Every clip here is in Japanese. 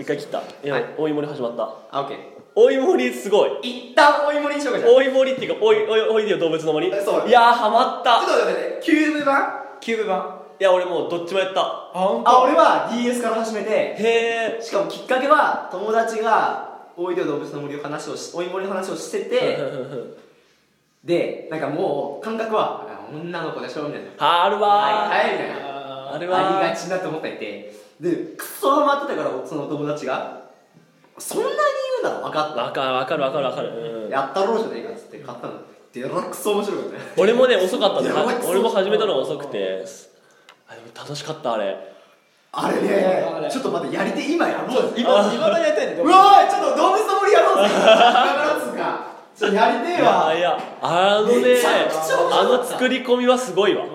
回切った。いや、 はい大井森始まった。 あ、オッケー。 大井森すごい。 一旦おいもりにしようかじゃあ。 大井森っていうか、おいでよ動物の森。 そう。 いやー、ハマった。 ちょっと待って、キューブ版いや、俺もうどっちもやった。 俺は DS から始めて、 へしかもきっかけは友達がおいでよ動物の森の話をおいもりの話をしててで、なんかもう感覚は女の子でしょみたいな、 あるわー。 はいみたいな、 あるわー。 ありがちだと思っていて、でクソハマってたから、その友達がそんなに言うなら分かった、 わかる、 やったろうじゃねえかっつって買ったの。でらクソ面白かったね。 俺もね遅かったんだ。 やばい俺も始めたのが遅くて、あ、でも楽しかった。あれね、ちょっと待って、やりて、今やろう。 今だにやりたいね。 うわー、ちょっと動物の森やろうぜ。ちょっとやりてえわ。 いや、 めちゃくちゃ面白かった。 作り込みはすごいわ。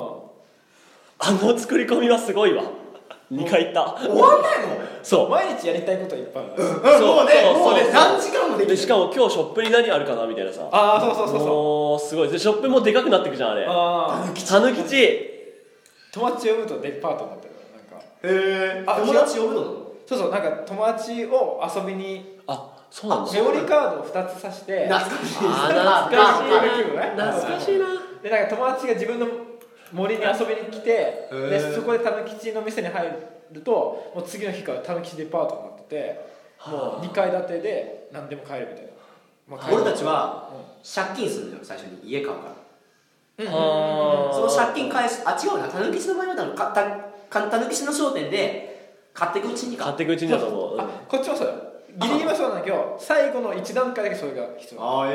作り込みはすごいわ。2回行った。 終わんないの？ そう。 毎日やりたいこといっぱいある。 もうね、何時間もできる。 しかも今日ショップに何あるかなみたいなさ。 そうもうすごい。でショップもでかくなってくじゃん、あれ。たぬきち。 友達呼ぶとデパートになってる。なんか友達呼ぶの？ そう、なんか友達を遊びに、 そうなんだ。 メモリカードを2つ刺して、 懐かしい。 懐かしいな。 で、なんか友達が自分の森に遊びに来て、でそこでたぬきちの店に入ると、もう次の日からたぬきちデパートになってて、もう2階建てで何でも買えるみたいな。 俺たちは借金するんだよ、最初に家買うから。その借金返す。違うな、たぬきちの場合はたぬきちの商店で買っていくうちにだと思う。 こっちもそうよ。ギリギリはそうなんだけど、最後の1段階だけそれが必要。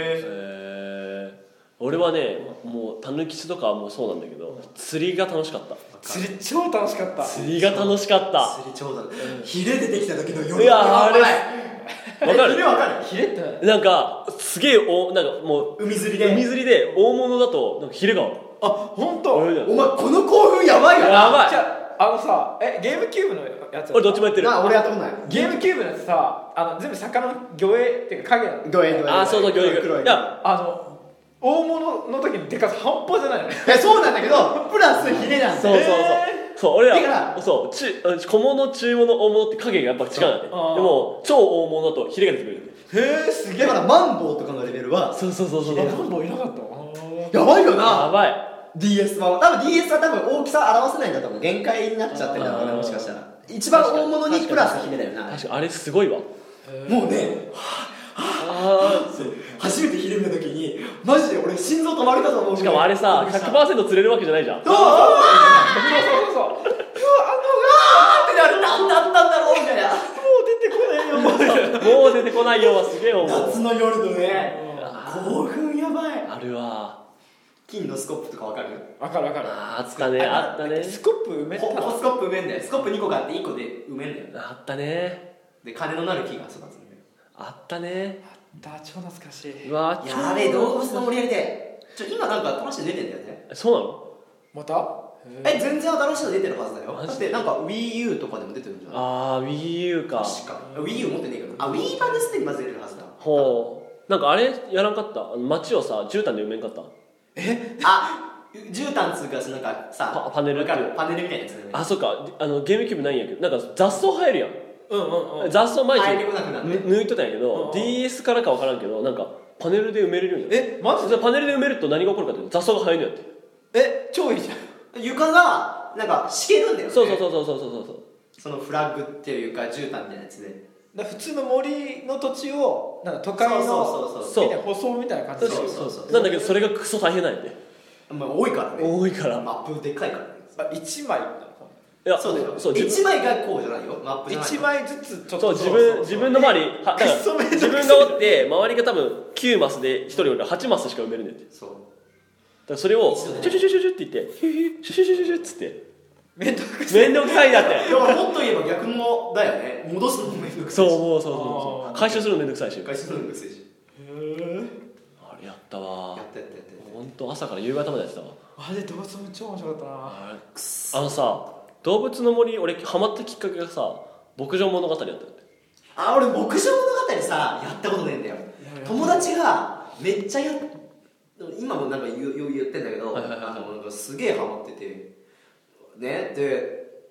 俺はね、もうたぬきちとかもそうなんだけど、釣りが楽しかった。 釣り超楽しかった。 釣りが楽しかった。 釣り超楽しかった。ヒレ出てきた時の夜。 いや、あれわかる。 ヒレわかる？ ヒレってなんかすげえなんかもう海釣りで大物だとなんかヒレが。 本当。 お前この興奮やばいよな。 やばい。 じゃあさ、ゲームキューブのやつ。 俺どっちもやってる。 俺やったことない。 ゲームキューブのやつさ、全部魚の魚影っていうか影なの。 魚影。 そう魚影。 いや大物の時にでかさ半端じゃないのね。 そうなんだけど、プラスヒレなんだ。 そう俺らだから小物中物大物って影がやっぱ違うんだね。でも超大物だとヒレが出てくる。 すげえ。だからマンボウとかのレベルはそうマンボウいなかったわ。 やばいよな。 やばい。 DS は多分 DS は分大きさ表せないんだと思う。限界になっちゃってるんだろうね、もしかしたら。一番大物にプラスヒレだよな。 確かにあれすごいわ。 もうね、初めてヒレ見た時にマジで俺心臓止まるかと思う。 しかもあれさ 100% 釣れるわけじゃないじゃん。 そうってなる。何だったんだろうみたいな。 もう出てこないよはすげえ思う。 夏の夜のね、興奮やばい。 あるわ。 金のスコップとかわかる？ わかる。 あったね。 スコップ埋めた。 スコップ埋めんだよ。スコップ2個があって1個で埋めんだよ。 あったね。 で金のなる木が育つんだよ。 あったね。 超懐かしい。 うわやべえ、動物の森やりで今なんか新しいの出てんだよね。 そうなの？ また？ 全然新しいの出てるはずだよ。だってなんか Wii U とかでも出てるんじゃない？ Wii U か。 確か Wii U 持ってねえけど、Wii 版ですでにまず出てるはずだ。 ほう。なんかあれやらんかった？街をさ絨毯で埋めんかった？ 絨毯つうかなんかさパネルっていうパネルみたいなやつだよね。 そっか。ゲームキューブないんやけど、なんか雑草生えるやん。雑草毎日抜いとったんやけど、DS からか分からんけど、なんかパネルで埋めれるんや。 マジで？ パネルで埋めると何が起こるかっていうと雑草が生えるんやって。 超いいじゃん。 床がなんか敷けるんだよね。 そう。 そのフラッグっていうか絨毯みたいなやつで。 普通の森の土地をなんか都会の舗装みたいな感じで。 そうなんだけどそれがクソ大変なんやで。 多いからね。 多いからマップでっかいからね。 1枚。 いやそうだよ。1枚がこうじゃないよ。マップじゃない。 1枚ずつちょっと。 自分の周り自分がおって周りが多分9マスで1人おるから8マスしか埋めるねんて。 そう。 だからそれをシュシュシュシュシュって言ってヒュヒュシュシュシュシュシュっつってめんどくさいなって。 だからもっと言えば逆もだよね。戻すのもめんどくさいし。 そう回収するのめんどくさいし。 回収するのめんどくさいし。 あれやったわ。 やった本当朝から夕方までやってたわ。 あれ動物も超面白かったな。 さ動物の森俺ハマったきっかけがさ牧場物語だったよ。 俺牧場物語さやったことねえんだよ。友達がめっちゃ今もなんか言ってんだけど、なんかすげえハマっててね。で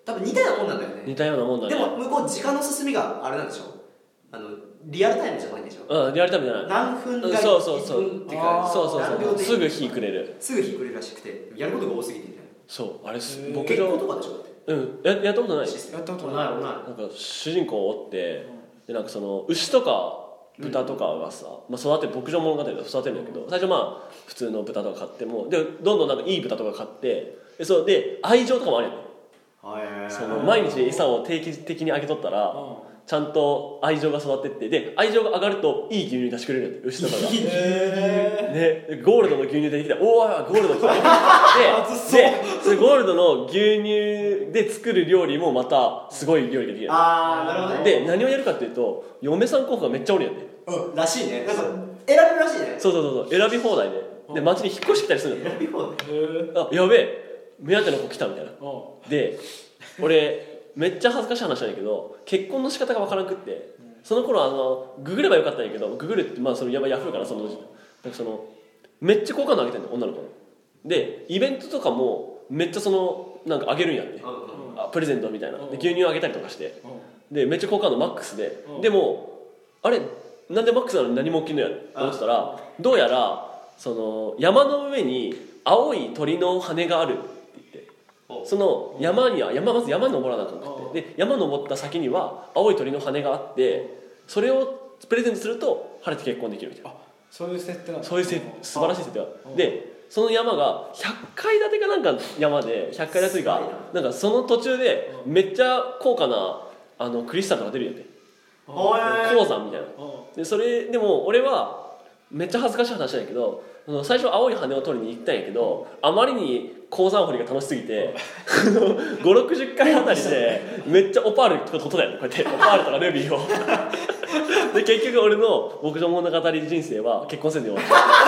多分似たようなもんなんだよね。 似たようなもんだね。 でも向こう時間の進みがあれなんでしょ、リアルタイムじゃないんでしょ。 うん、リアルタイムじゃない。 何分がそうそうそう。 1分ってか、 そう。すぐ日くれる。 すぐ日くれるらしくて、やることが多すぎてみたいな。 そう、あれ僕結婚とかでしょだって。 うん、やったことない。 やったことない。 なんか主人公を追って、でなんかその牛とか豚とかがさ、育てる牧場物語で育てるんだけど、最初普通の豚とか買っても、でどんどんなんかいい豚とか買って、で愛情とかもあるよね。その毎日餌を定期的にあげとったら、ちゃんと愛情が育ってって、で愛情が上がるといい牛乳出してくれるんだって、牛とかが。でゴールドの牛乳出てきたら、おーゴールド来た。でそれゴールドの牛乳で作る料理もまたすごい料理ができる。 なるほどね。 で何をやるかっていうと、嫁さん候補がめっちゃおるやんね。 らしいね。なんか選べるらしいね。 そう選び放題で街に引っ越してきたりするんだよ。 選び放題。 やべえ、目当ての子来たみたいな。で俺めっちゃ恥ずかしい話なんだけど、結婚の仕方がわからなくって、その頃ググればよかったんやけど、ググるってそのヤフーからそのめっちゃ好感度上げてんの、女の子の。でイベントとかもめっちゃなんかあげるんやって、プレゼントみたいな。で牛乳あげたりとかして、でめっちゃ好感度マックスで、でもあれなんでマックスなのに何も起きんのやと思ってたら、どうやらその山の上に青い鳥の羽があるって言って、その山にはまず山に登らなきゃなくて、で山登った先には青い鳥の羽があって、それをプレゼントすると晴れて結婚できるみたいな。 そういう設定なんだ。 そういう素晴らしい設定で、その山が100階建てかなんか山で、100階建てがなんかその途中でめっちゃ高価なクリスタルが出るんやって、鉱山みたいな。でそれでも俺はめっちゃ恥ずかしい話なんやけど、最初青い羽を取りに行ったんやけど、あまりに鉱山掘りが楽しすぎて5、60回あたりでめっちゃオパールとか取ったよね、こうやってオパールとかルビーをで結局俺の牧場物語人生は結婚せんで終わ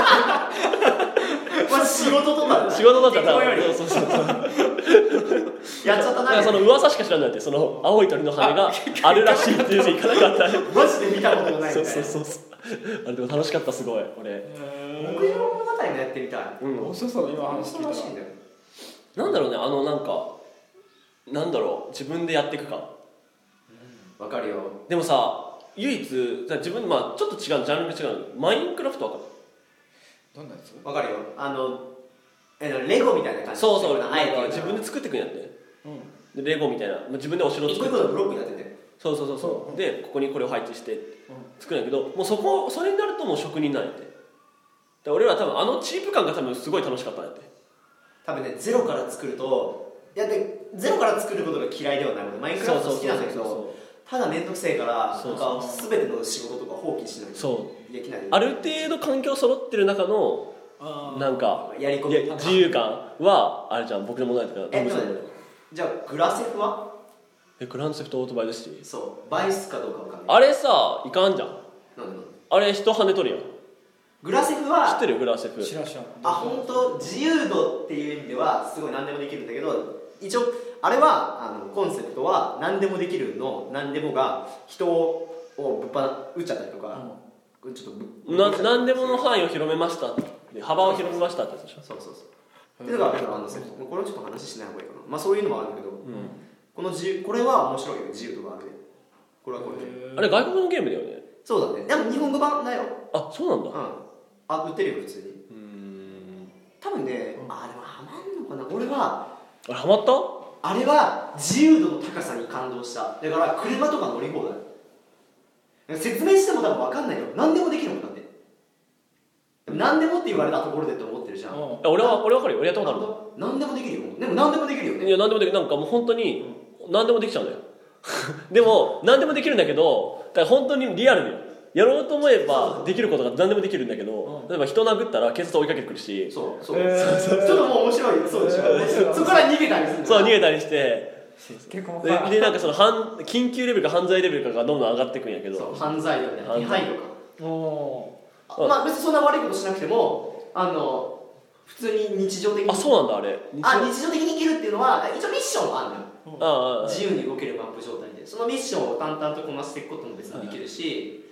った仕事とか仕事だったらそうやっちゃったな。 だからその噂しか知らないって、その青い鳥の羽があるらしいっていう行かなかったマジで見たことがないみたいな。 そうあれでも楽しかった、すごい俺。 牧場物語もやってみたい。 そう今話聞いたらしいんだよ。 なんだろうね、なんだろう、自分でやっていくか。 わかるよ。 でもさ、唯一自分ちょっと違うジャンルが違う、マインクラフトわかる？ どんなやつ？ わかるよ。レゴみたいな感じ。 そう自分で作っていくんやって、でレゴみたいな、自分でお城作って一個一個のブロックになってて、 そうでここにこれを配置して作るんやけど、もうそれになるともう職人なんやって。で俺ら多分チープ感が多分すごい楽しかったんやって。 多分ね、ゼロから作ると、ゼロから作ることが嫌いではないので、マインクラフト好きなんだけど、ただ面倒くせえから全ての仕事とか放棄しないとできない。 ある程度環境揃ってる中のなんかやり込み自由感はあれじゃん、僕の問題とか。 じゃあグラセフは？ グランドセフトオートバイドシティ。 そうバイスかどうかわかんない。 あれさいかんじゃん。あれ人跳ねとるやん。 グラセフは知ってる？グラセフ知らん。 本当自由度っていう意味ではすごい何でもできるんだけど、一応あれはコンセプトは何でもできるの、何でもが人を撃っちゃったりとか、ちょっと何でもの範囲を広めましたで、幅を広めましたってやつでしょ。 そうっていうのがこれはちょっと話しない方がいいかな。そういうのもあるけど、これは面白いよ、自由度があるで。これはこれで。 あれ外国のゲームだよね。 そうだね。でも日本語版だよ。 あ、そうなんだ。 売ってるよ普通に。多分ね、でもハマんのかな。俺はあれハマった？ あれは自由度の高さに感動した。だから車とか乗り放題。説明しても多分分かんないよ。何でもできるもんだって。何でもって言われたところでって思ってるじゃん。 俺分かるよ。俺やったことある。 何でもできるよ。でも何でもできるよね。 いや何でもできる。なんかもう本当に何でもできちゃうんだよでも何でもできるんだけど、だから本当にリアルにやろうと思えばできることが何でもできるんだけど、例えば人殴ったら警察追いかけてくるし、 ちょっともう面白い。そうでしょ。そこから逃げたりするんだ。 そう逃げたりして結構でなんかその緊急レベルか犯罪レベルかがどんどん上がっていくんやけど、 そう犯罪とかね、手配とか。別にそんな悪いことしなくても普通に日常的に。 あ、そうなんだ。あれ日常的に生きるっていうのは一応ミッションはあるのよ。自由に動けるマップ状態で、そのミッションを淡々とこなしていくことも別にできるし、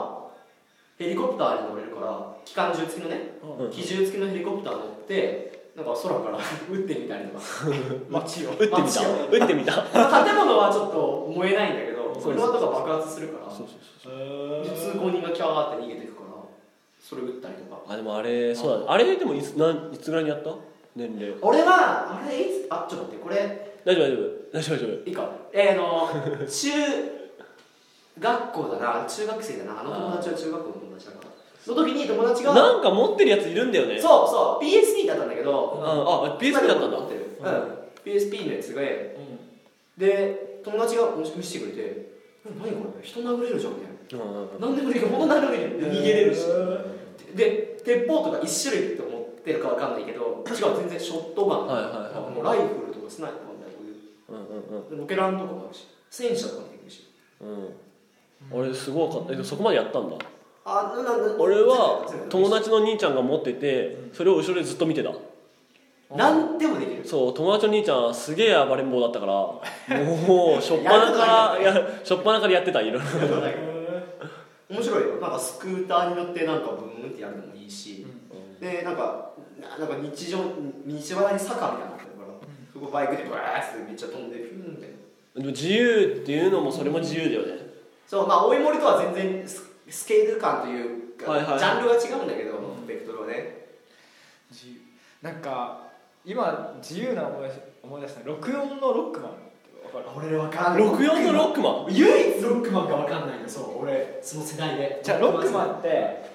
ヘリコプターに乗れるから、機関銃付きのね、機銃付きのヘリコプター乗ってなんか空から撃ってみたりとか街を撃ってみた建物はちょっと燃えないんだけどそれはとか爆発するから通行人がキャーって逃げていくからそれ撃ったりとか。 あでもあれそうだねあれでもいつぐらいにやった年齢俺はあれいつちょっと待ってこれ大丈夫いいか中学校だな中学生だな友達は中学校の友達だからの時に友達がなんか持ってるやついるんだよねそう PSP だったんだけど PSP だったんだ持ってるPSP のやつがで友達が見せてくれて何これ人殴れるじゃんみたいな何でもできるほんと殴れる逃げれるしで鉄砲とか1種類って思ってるか分かんないけど違う全然ショットガンもうライフルとかスナイパーでロケランとかもあるし戦車とかもできるし俺すごかったそこまでやったんだ俺は友達の兄ちゃんが持っててそれを後ろでずっと見てた何でもできるそう友達の兄ちゃんすげえ暴れん坊だったからもうしょっぱなからやってたいろいろ面白いよなんかスクーターに乗ってなんかブーンってやるのもいいし、でなんか日常道端に坂みたいなのがあるからそこバイクでブワーってめっちゃ飛んでフンってでも自由っていうのもそれも自由だよねそう追い森とは全然スケール感というか、ジャンルは違うんだけどベクトルはねなんか今自由な思い出した64のロックマン俺分かんない 64のロックマン唯一ロックマンが分かんないのそう俺その世代でじゃあロックマンって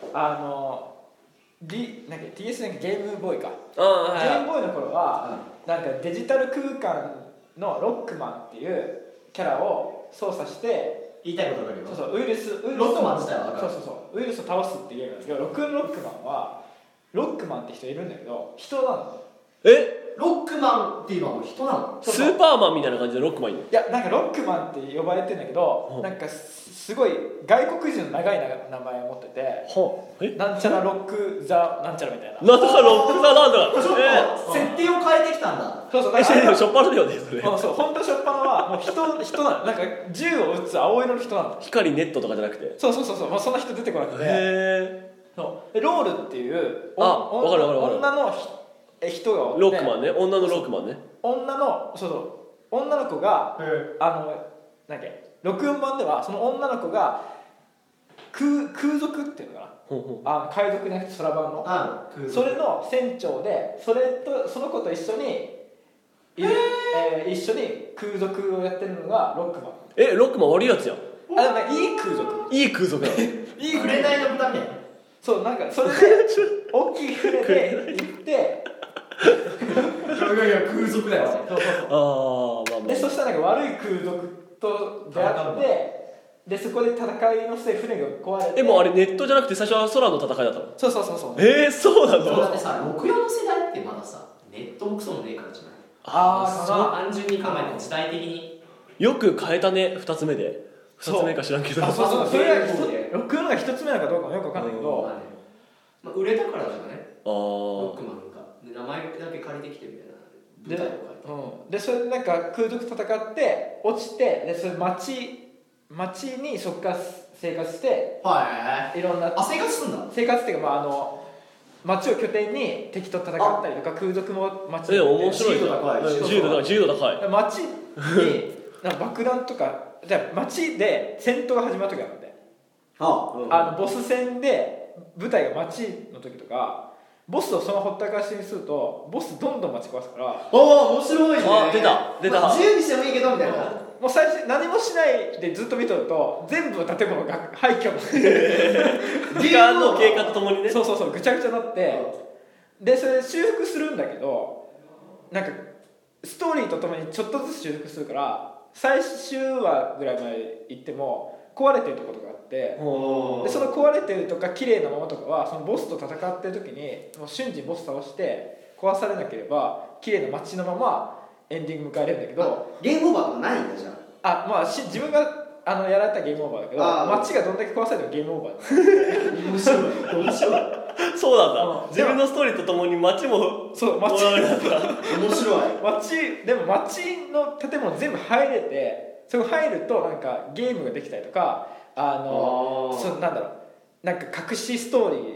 なんか DS なんかゲームボーイかゲームボーイの頃はなんかデジタル空間のロックマンっていうキャラを操作して言いたいことがあるよそうウイルスロックマン自体は分かるウイルスを倒すっていうゲームなんですけど64のロックマンはロックマンって人いるんだけど人なのロックマンっていうのは人なのスーパーマンみたいな感じでロックマンいるいやなんかロックマンって呼ばれてるんだけどなんかすごい外国人の長い名前を持っててなんちゃらロックザなんちゃらみたいななんとかロックザなんとかちょっと設定を変えてきたんだそうしょっぱなだよねそれそう本当しょっぱなはもう人なのなんか銃を撃つ青色の人なの光ネットとかじゃなくてそう、まあ、そんな人出てこなくてそうロールっていう分かる女の人がおってロックマンね女のロックマンね女の子がなんか64番ではその女の子が空賊っていうのかな海賊じゃなくて空版のそれの船長でその子と一緒に空賊をやってるのがロックマンロックマン悪いやつやんでもいい空賊だいい紅の豚みたいなそうなんかそれで大きい船で行っていや空賊だよそうでそしたらなんか悪い空賊と出会ってでそこで戦いの末船が壊れてもうあれネットじゃなくて最初は空の戦いだったのそうそうなのだってさ64の世代ってまださネットもクソもねえからじゃない単純に考えて時代的によく変えたね2つ目で2つ目か知らんけどそれが64が1つ目なのかどうかもよく分かんないけど売れたからじゃないロックマンが名前だけ借りてきてみたいな舞台を書いてでそれでなんか空賊戦って落ちてでそれ町にそこから生活していろんな生活すんだ生活っていうか町を拠点に敵と戦ったりとか空賊も町に面白い自由度高い町に爆弾とかじゃあ町で戦闘が始まる時があるんでボス戦で舞台が町の時とかボスをそのほったらかしにするとボスどんどん町壊すから面白いね出た自由にしてもいいけどみたいなもう最初何もしないでずっと見とると全部の建物が廃墟に時間の経過とともにねそうぐちゃぐちゃになってでそれ修復するんだけどなんかストーリーとともにちょっとずつ修復するから最終話ぐらいまで行っても壊れてるところがあってでその壊れてるとか綺麗なままとかはそのボスと戦ってる時にもう瞬時にボス倒して壊されなければ綺麗な街のままエンディング迎えれるんだけどゲームオーバーとかないんだじゃあ自分がやられたらゲームオーバーだけど街がどんだけ壊されてもゲームオーバー面白いそうなんだ自分のストーリーとともに街もそう街面白いでも街の建物全部入れてそこ入るとなんかゲームができたりとかなんだろうなんか隠しストーリ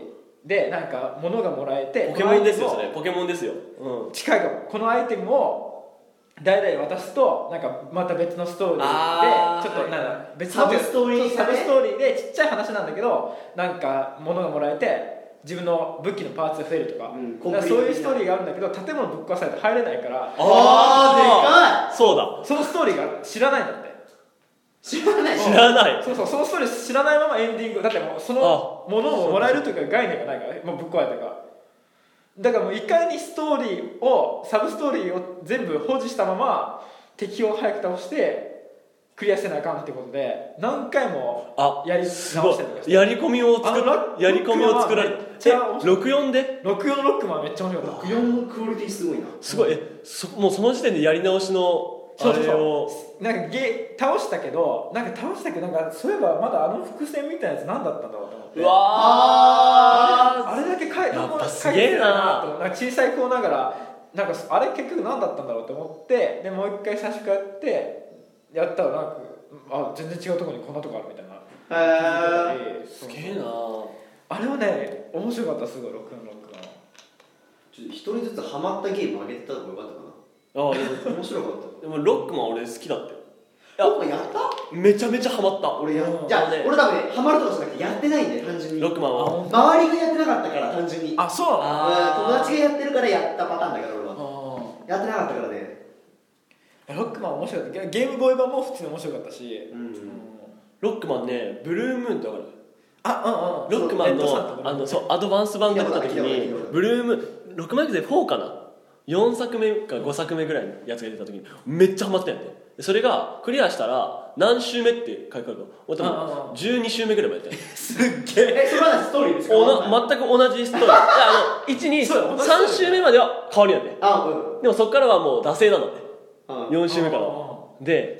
でなんか物がもらえて、 ポケモンですよそれ、ポケモンですよ、 近いかも。このアイテムを代々渡すとなんかまた別のストーリーでちょっとなんか別のサブストーリーでちっちゃい話なんだけど、なんか物がもらえて自分の武器のパーツが増えるとか、だからそういうストーリーがあるんだけど、建物ぶっ壊されて入れないから、 でかい。 そうだ、 そのストーリーが知らないんだって。 知らない。 そうそのストーリー知らないままエンディングだって、もうそのものをもらえるというか概念がないからもうぶっ壊れたから。だからもういかにストーリーをサブストーリーを全部保持したまま敵を早く倒してクリアせなあかんってことで何回もやり直したりとかして、 やり込みを作られて、64で 64のロックマンめっちゃ面白かった。 64のクオリティすごいな。 すごい、もうその時点でやり直しのあれをなんか倒したけどなんかそういえばまだあの伏線みたいなやつ何だったんだろうと思って、 うわあれだけやっぱすげえななんか小さい子ながらなんかあれ結局何だったんだろうと思って、でもう一回最初からやったらなんか全然違うところにこんなとこあるみたいな。 すげえな。 あれはね面白かった。すごい64のロックマン。 一人ずつハマったゲーム上げてた方がよかったかな。 でも面白かった。 でもロックマン俺好きだったよ。 やった？ めちゃめちゃハマった。 俺じゃあ俺多分ねハマるとかじゃなくてやってないんで単純に。 ロックマンは周りがやってなかったから単純に。 あ、そう。 友達がやってるからやったパターンだから俺は。やってなかったからね。 ロックマン面白かった。ゲームボーイ版も普通に面白かったし、 ロックマンね、ブルームーンって分かる？ロックマンのアドバンス版が出た時にブルームロックマンで4かな、4作目か5作目ぐらいのやつが出た時にめっちゃハマってたんやって。それがクリアしたら何周目って書いてあるの、俺多分12周目ぐらいまでやってる。 すっげえ。それはストーリーですか？ 全く同じストーリー。123周目までは変わりなんで、でもそっからはもう惰性なんだって、4周目からで、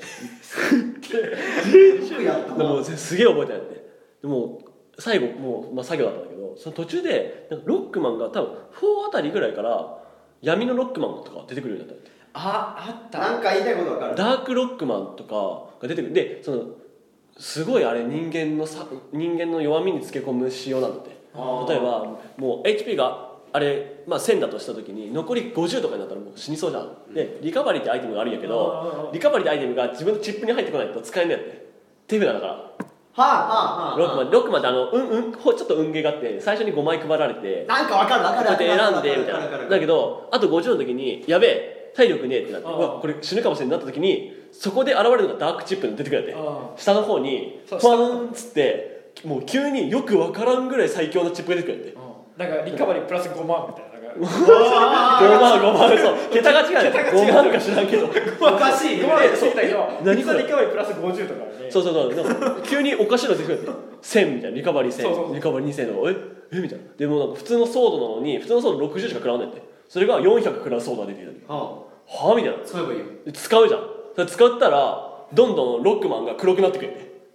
でもすげえ覚えてないって。でも最後もう、作業だったんだけど、その途中でなんかロックマンが多分4あたりぐらいから闇のロックマンとか出てくるようになったって。 あった。 なんか言いたいことわかる。 ダークロックマンとかが出てくる。で、そのすごいあれ人間の弱みにつけ込む仕様なんだって。例えばもう HP があれ、1000だとした時に残り50とかになったらもう死にそうじゃん。でリカバリーってアイテムがあるんやけど、リカバリーってアイテムが自分のチップに入ってこないと使えないんだって。手札だから。ロックマンってちょっと運ゲーがあって、最初に5枚配られて、 なんかわかるこうやって選んでみたいな。だけどあと50の時にやべえ体力ねえってなって、これ死ぬかもしれんなった時に、そこで現れるのがダークチップに出てくるんやって。下の方にポワンっつってもう急によくわからんぐらい最強のチップが出てくるんやって。 なんかリカバリープラス5万みたいな。 5万そう桁が違うね。5万か知らんけどおかしい 5万でついたけど、 何これリカバリープラス50とかね。 そう急におかしいの出てくるんやって。1000みたいな、リカバリー1000、リカバリー2000のみたいな。でもなんか普通のソードなのに、普通のソード60しか食らわないって。それが400食らうソードが出てきたり、はみたいな。 使えばいいよ。 使うじゃん。それ使ったらどんどんロックマンが黒くなってくるんで。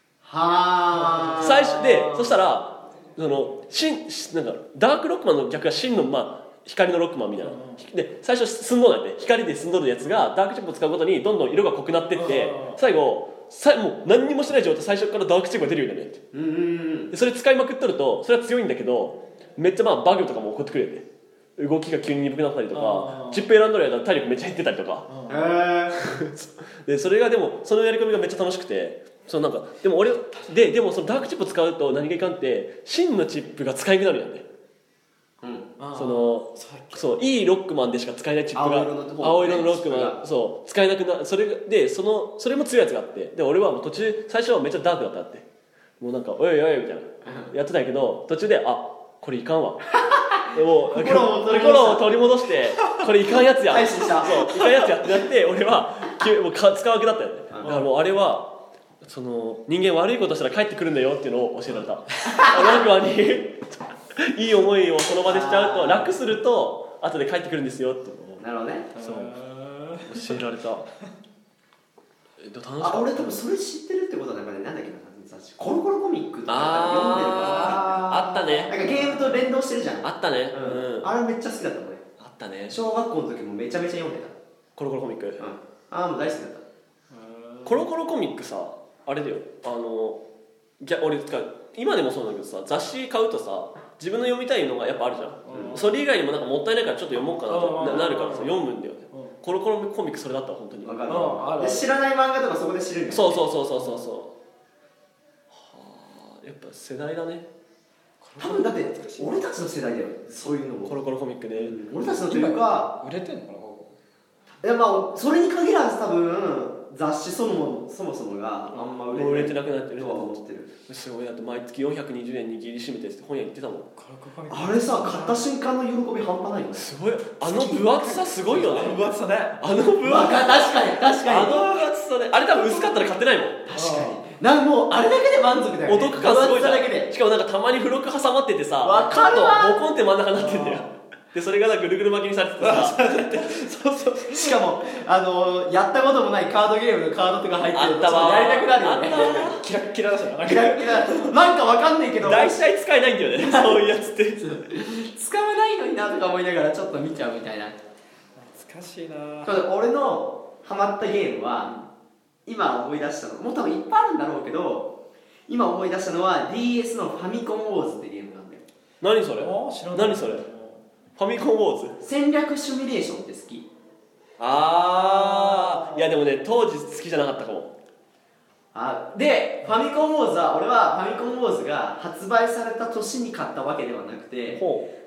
最初で、そしたらなんかダークロックマンの逆が真の光のロックマンみたいな。で最初寸胴なんで、光で寸胴るやつがダークチップを使うことにどんどん色が濃くなってって最後もう何にもしてない状態、最初からダークチップが出るようになるって。でそれ使いまくっとるとそれは強いんだけど、めっちゃバグとかも起こってくるよね。動きが急に鈍くなったりとか、チップ選んどる間体力めっちゃ減ってたりとか。でそれがでもそのやり込みがめっちゃ楽しくて、なんかでもでもそのダークチップを使うと何がいかんって、真のチップが使えなくなるよね。そういいロックマンでしか使えないチップが青色のロックマン使えなくなる。それも強いやつがあって、で俺はもう途中最初はめっちゃダークだったって、もうなんかおいおいみたいなやってたんやけど、途中でこれいかんわでも心を取り戻して、これいかんやつや、いかんやつやってなって、俺はもう使うわけだったよね。だからもうあれは人間悪いことしたら帰ってくるんだよっていうのを教えられた。ロックマンにいい思いをその場でしちゃうと、楽すると後で帰ってくるんですよっていうのを。 なるほどね。 教えられた。 俺多分それ知ってるってことはなんだっけな、コロコロコミックとか読んでるから。 あったね。 なんかゲームと連動してるじゃん。 あったね。 あれめっちゃ好きだったもんね。 あったね。 小学校の時もめちゃめちゃ読んでた。 コロコロコミック。 もう大好きだった。 コロコロコミックさ、あれだよ。俺今でもそうなんだけどさ、雑誌買うとさ、 自分の読みたいのがやっぱあるじゃん、それ以外にもなんかもったいないからちょっと読もうかなってなるからさ、読むんだよね。コロコロコミックそれだったわ本当に。 分かる。で知らない漫画とかそこで知るんだよ。 そうはあ、やっぱ世代だね。 多分だって俺たちの世代だよそういうのも。 コロコロコミックね、 俺たちのというか売れてんのかな。 いやまあそれに限らず多分雑誌そもそもがあんま売れてなくなってるとは思ってる。 すごい。だって毎月420円握りしめてって本屋行ってたもん。 あれさ買った瞬間の喜び半端ないよね。 すごい。あの分厚さすごいよね。 分厚さね。 あの分厚さ、 確かにあの分厚さね。あれ多分薄かったら買ってないもん。 確かに。なんかもうあれだけで満足だよね。 お得感すごいじゃん。 分厚さだけで。 しかもなんかたまに付録挟まっててさ、 わかるわちょっとボコンって真ん中になってんだよ。でそれがなんかぐるぐる巻きにされててさそうしかもやったこともないカードゲームのカードとか入ってるあったわ。 やりたくなるよね。 キラッキラだしな。 キラッキラなんかわかんないけど大体使えないんだよねそういうやつって使わないのになとか思いながらちょっと見ちゃうみたいな。 懐かしいな。 俺のハマったゲームは今思い出したのもう多分いっぱいあるんだろうけど今思い出したのは DS のファミコンウォーズってゲームなんだよ。 何それ知らない。 何それファミコンウォーズ。 戦略シミュレーションって好き？ いやでもね当時好きじゃなかったかも。 でファミコンウォーズは俺はファミコンウォーズが発売された年に買ったわけではなくて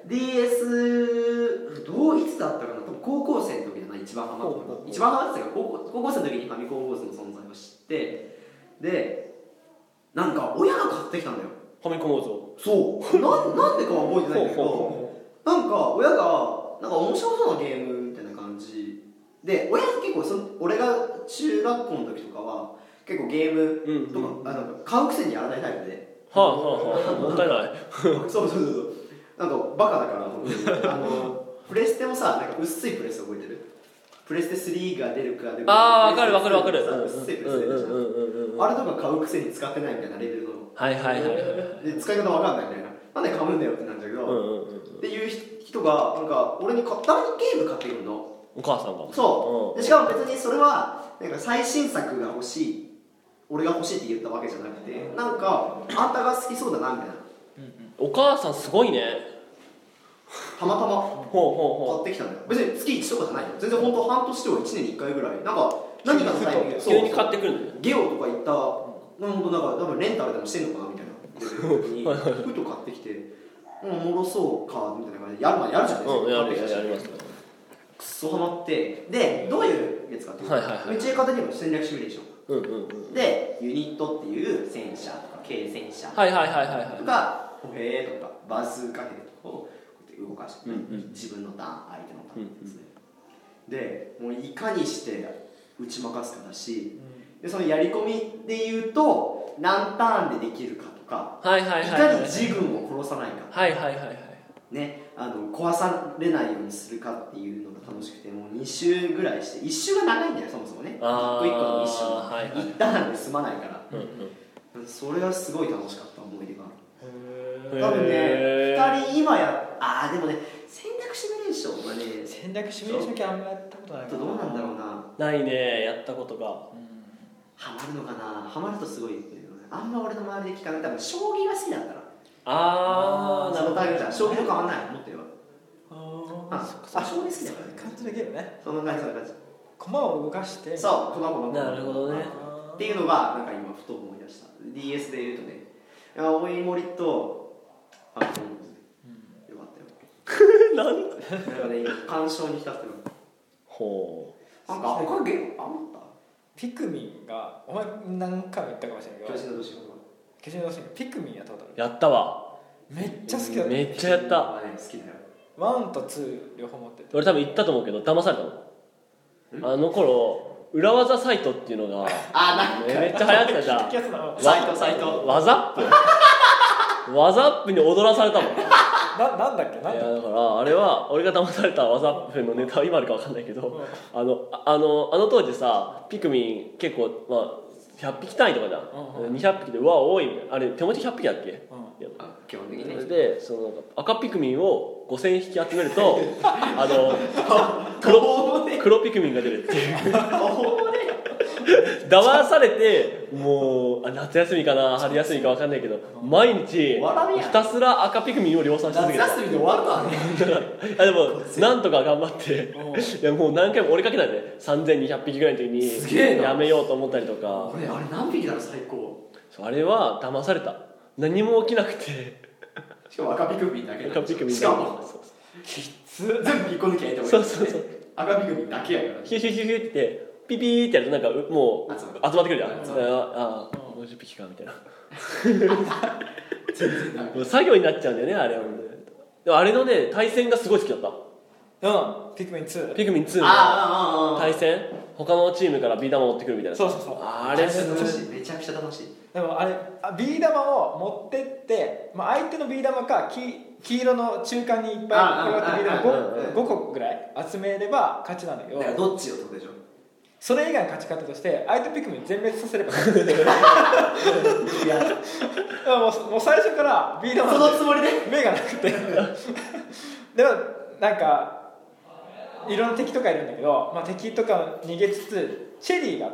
DS いつだったかな、多分高校生の時だな一番ハマったの。一番ハマってたから高校生の時にファミコンウォーズの存在を知ってでなんか親が買ってきたんだよファミコンウォーズを。 そうなんでかは覚えてないんだけどなんか親がなんか面白そうなゲームみたいな感じで親が結構俺が中学校の時とかは結構ゲームとか、買うくせにやらないタイプでもったいないそうなんかバカだからプレステもさなんか薄いプレステ覚えてる？プレステ3が出るか出るわかる薄いプレステ出るじゃん。あれとか買うくせに使ってないみたいなレベルので使い方わかんないみたいななんで買うんだよってなんだけどっていう人がなんか俺にたまにゲーム買ってくるのお母さんが。 そうでしかも別にそれはなんか最新作が欲しい俺が欲しいって言ったわけじゃなくてなんかあんたが好きそうだなみたいなお母さんすごいね。 たまたま買ってきたんだよ。別に月1とかじゃないよ全然本当半年とか1年に1回ぐらいなんか何かのタイミングで急に買ってくるんだよ。 ゲオとか行ったなんか多分レンタルでもしてんのかなみたいな時にふと買ってきておもろそうかみたいな感じでやるじゃないですか。 やりますクソハマってでどういうやつかっていうとめっちゃ簡単に言えば戦略シミュレーションでユニットっていう戦車とか軽戦車とか歩兵とかバズーカヘルとかを動かして自分のターン相手のターンですね。でもういかにして打ち負かすかだしでそのやり込みでいうと何ターンでできるかとかいかに自軍を殺さないかね壊されないようにするかっていうのが楽しくてもう2周ぐらいして1周が長いんだよそもそもね一個一個のミッション1ターンで済まないからそれがすごい楽しかった思い出がある。多分ね2人今でもね戦略シミュレーションはね戦略シミュレーション系あんまやったことないかな。 どうなんだろうな。 ないねやったことが。 ハマるのかな。ハマるとすごいあんま俺の周りで聞かない。多分将棋が好きだったらなるほど。 将棋と変わんない思ってよ。将棋好きだからね。 感じのゲームね。 そんな感じ。 駒を動かして。 そう、駒。 なるほどね。 っていうのがなんか今ふと思い出した。DS で言うとね、青い森とよかったよ。なんかね鑑賞に浸ってる。 ほう。なんか赤ゲームあった。 ピクミンがお前何回も言ったかもしれないけど。 巨人の都市ピクミンやったことある。 やったわ。 めっちゃ好きだった。 めっちゃやった。 好きだよ。 1と2両方持ってて。 俺多分言ったと思うけど騙されたの。あの頃裏技サイトっていうのがめっちゃ流行ってたじゃん。 サイトワザップに踊らされたもん。 なんだっけ。いやだからあれは俺が騙されたワザップのネタは今あるか分かんないけど、あの当時さピクミン結構100匹単位とかじゃん、200匹でうわ多いみたいな。あれ手持ち100匹だっけ、 基本的にね。 でその赤ピクミンを5000匹集めると黒ピクミンが出るっていう騙されてもう夏休みかな春休みか分かんないけど毎日ひたすら赤ピクミンを量産し続けて夏休みで終わるとはねでもなんとか頑張っていやもう何回も追いかけたんで3200匹ぐらいの時にやめようと思ったりとか。 これあれ何匹だろ最高。 あれは騙された。何も起きなくてしかも赤ピクミンだけ赤ピクミンしかもきつ全部引っこ抜きゃいいと思そうそうそう、 赤ピクミンだけやからヒュヒュヒュヒュって言ってピピーってやるとなんかもう集まってくるじゃん。ああ50匹かみたいな全然ダメ。 もう作業になっちゃうんだよねあれは。でもあれのね対戦がすごい好きだった。 ピクミン2。 ピクミン2の対戦他のチームからビー玉持ってくるみたいな。 そうそうそう。 あれ楽しい。めちゃくちゃ楽しい。 でもあれビー玉を持ってって、まあ、相手のビー玉か黄色の中間にいっぱい転がってビー玉 5個ぐらい集めれば勝ちなんだけど、 だからどっちをってことでしょ。 それ以外の勝ち方として相手ピクミン全滅させればいやもう最初からビー玉そのつもりで目がなくてでもなんかいろんな敵とかいるんだけど、まあ、敵とか逃げつつチェリーがあって、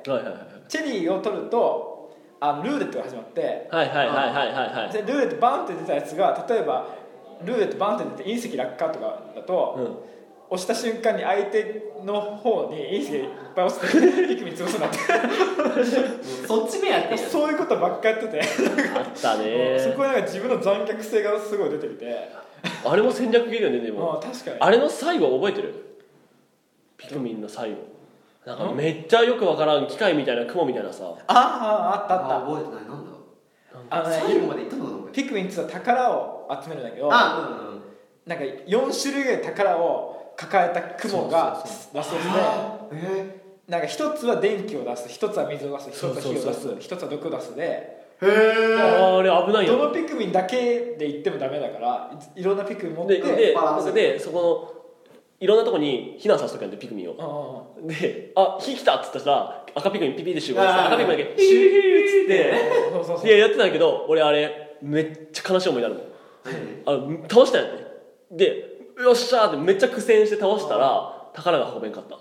チェリーを取るとルーレットが始まって、でルーレットバンって出たやつが例えばルーレットバンって出て隕石落下とかだと、押した瞬間に相手の方に隕石がいっぱい落ちてピクミン潰すなってそっち目やってそういうことばっかやっててあったねそこでなんか自分の残虐性がすごい出てきてあれも戦略ゲームだよね。でも確かにあれの最後覚えてる？ピクミンの最後なんかめっちゃよくわからん機械みたいな雲みたいなさあったあった覚えてない。なんだ最後まで行ったのかな。 ピクミン2は宝を集めるんだけどなんか4種類ぐらい宝を抱えた雲がラスボスでなんか一つは電気を出す一つは水を出す一つは火を出す一つは毒を出すであれ危ないよ。 どのピクミンだけで行ってもダメだからいろんなピクミン持ってでそこのいろんなとこに避難させとくんでピクミンをで火来たっつったら赤ピクミンピピで集合して赤ピクミンだけヒューヒューっつってやってたんだけど俺あれめっちゃ悲しい思いになるもん。倒したんやねでよっしゃーってめっちゃ苦戦して倒したら宝が運べんかった。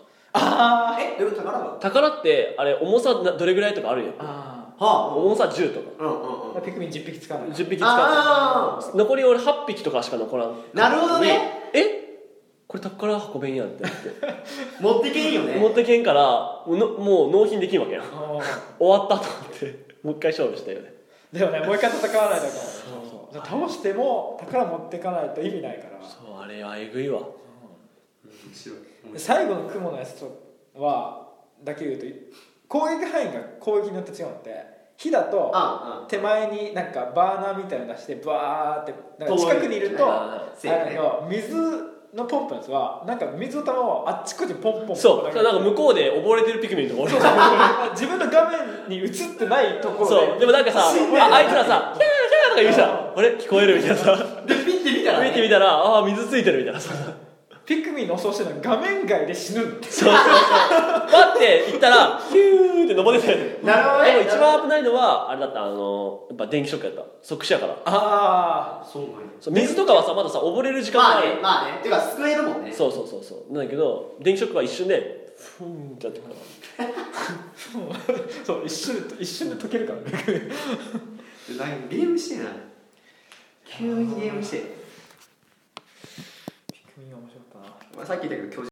宝ってあれ重さどれぐらいとかあるやん。重さ10とかピクミン10匹使うの 10匹使う残り俺8匹とかしか残らん。 なるほどね。 これ宝運べんやんってなって持ってけんよね。 持ってけんからもう納品できんわけやん終わったと思ってもう一回勝負したよね。 でもねもう一回戦わないと倒しても宝持ってかないと意味ないから。 そうあれはえぐいわ。 最後の雲のやつはだけ言うと攻撃範囲が攻撃によって違うので火だと手前になんかバーナーみたいなの出してバーってなんか近くにいると水のポンプのやつはなんか水の玉をあっちこっちにポンポンそうなんか向こうで溺れてるピクミンとか自分の画面に映ってないところそうでもなんかさあいつらさヒャーヒャーとか言うさあれ聞こえるみたいなさでピッて見たら水ついてるみたいなさピクミンのそうしてるの画面外で死ぬってそう待って言ったらヒューって登ってたよね。 なるほどね。 でも一番危ないのはあれだったやっぱ電気ショックやった即死やからそうなんや。 水とかはさまださ溺れる時間があるまあねてか救えるもんね。 そうなんだけど電気ショックは一瞬でフーンってやってくからそう一瞬で溶けるからねゲームしてない急にゲームしてピクミン面白かったな。 さっき言ったけど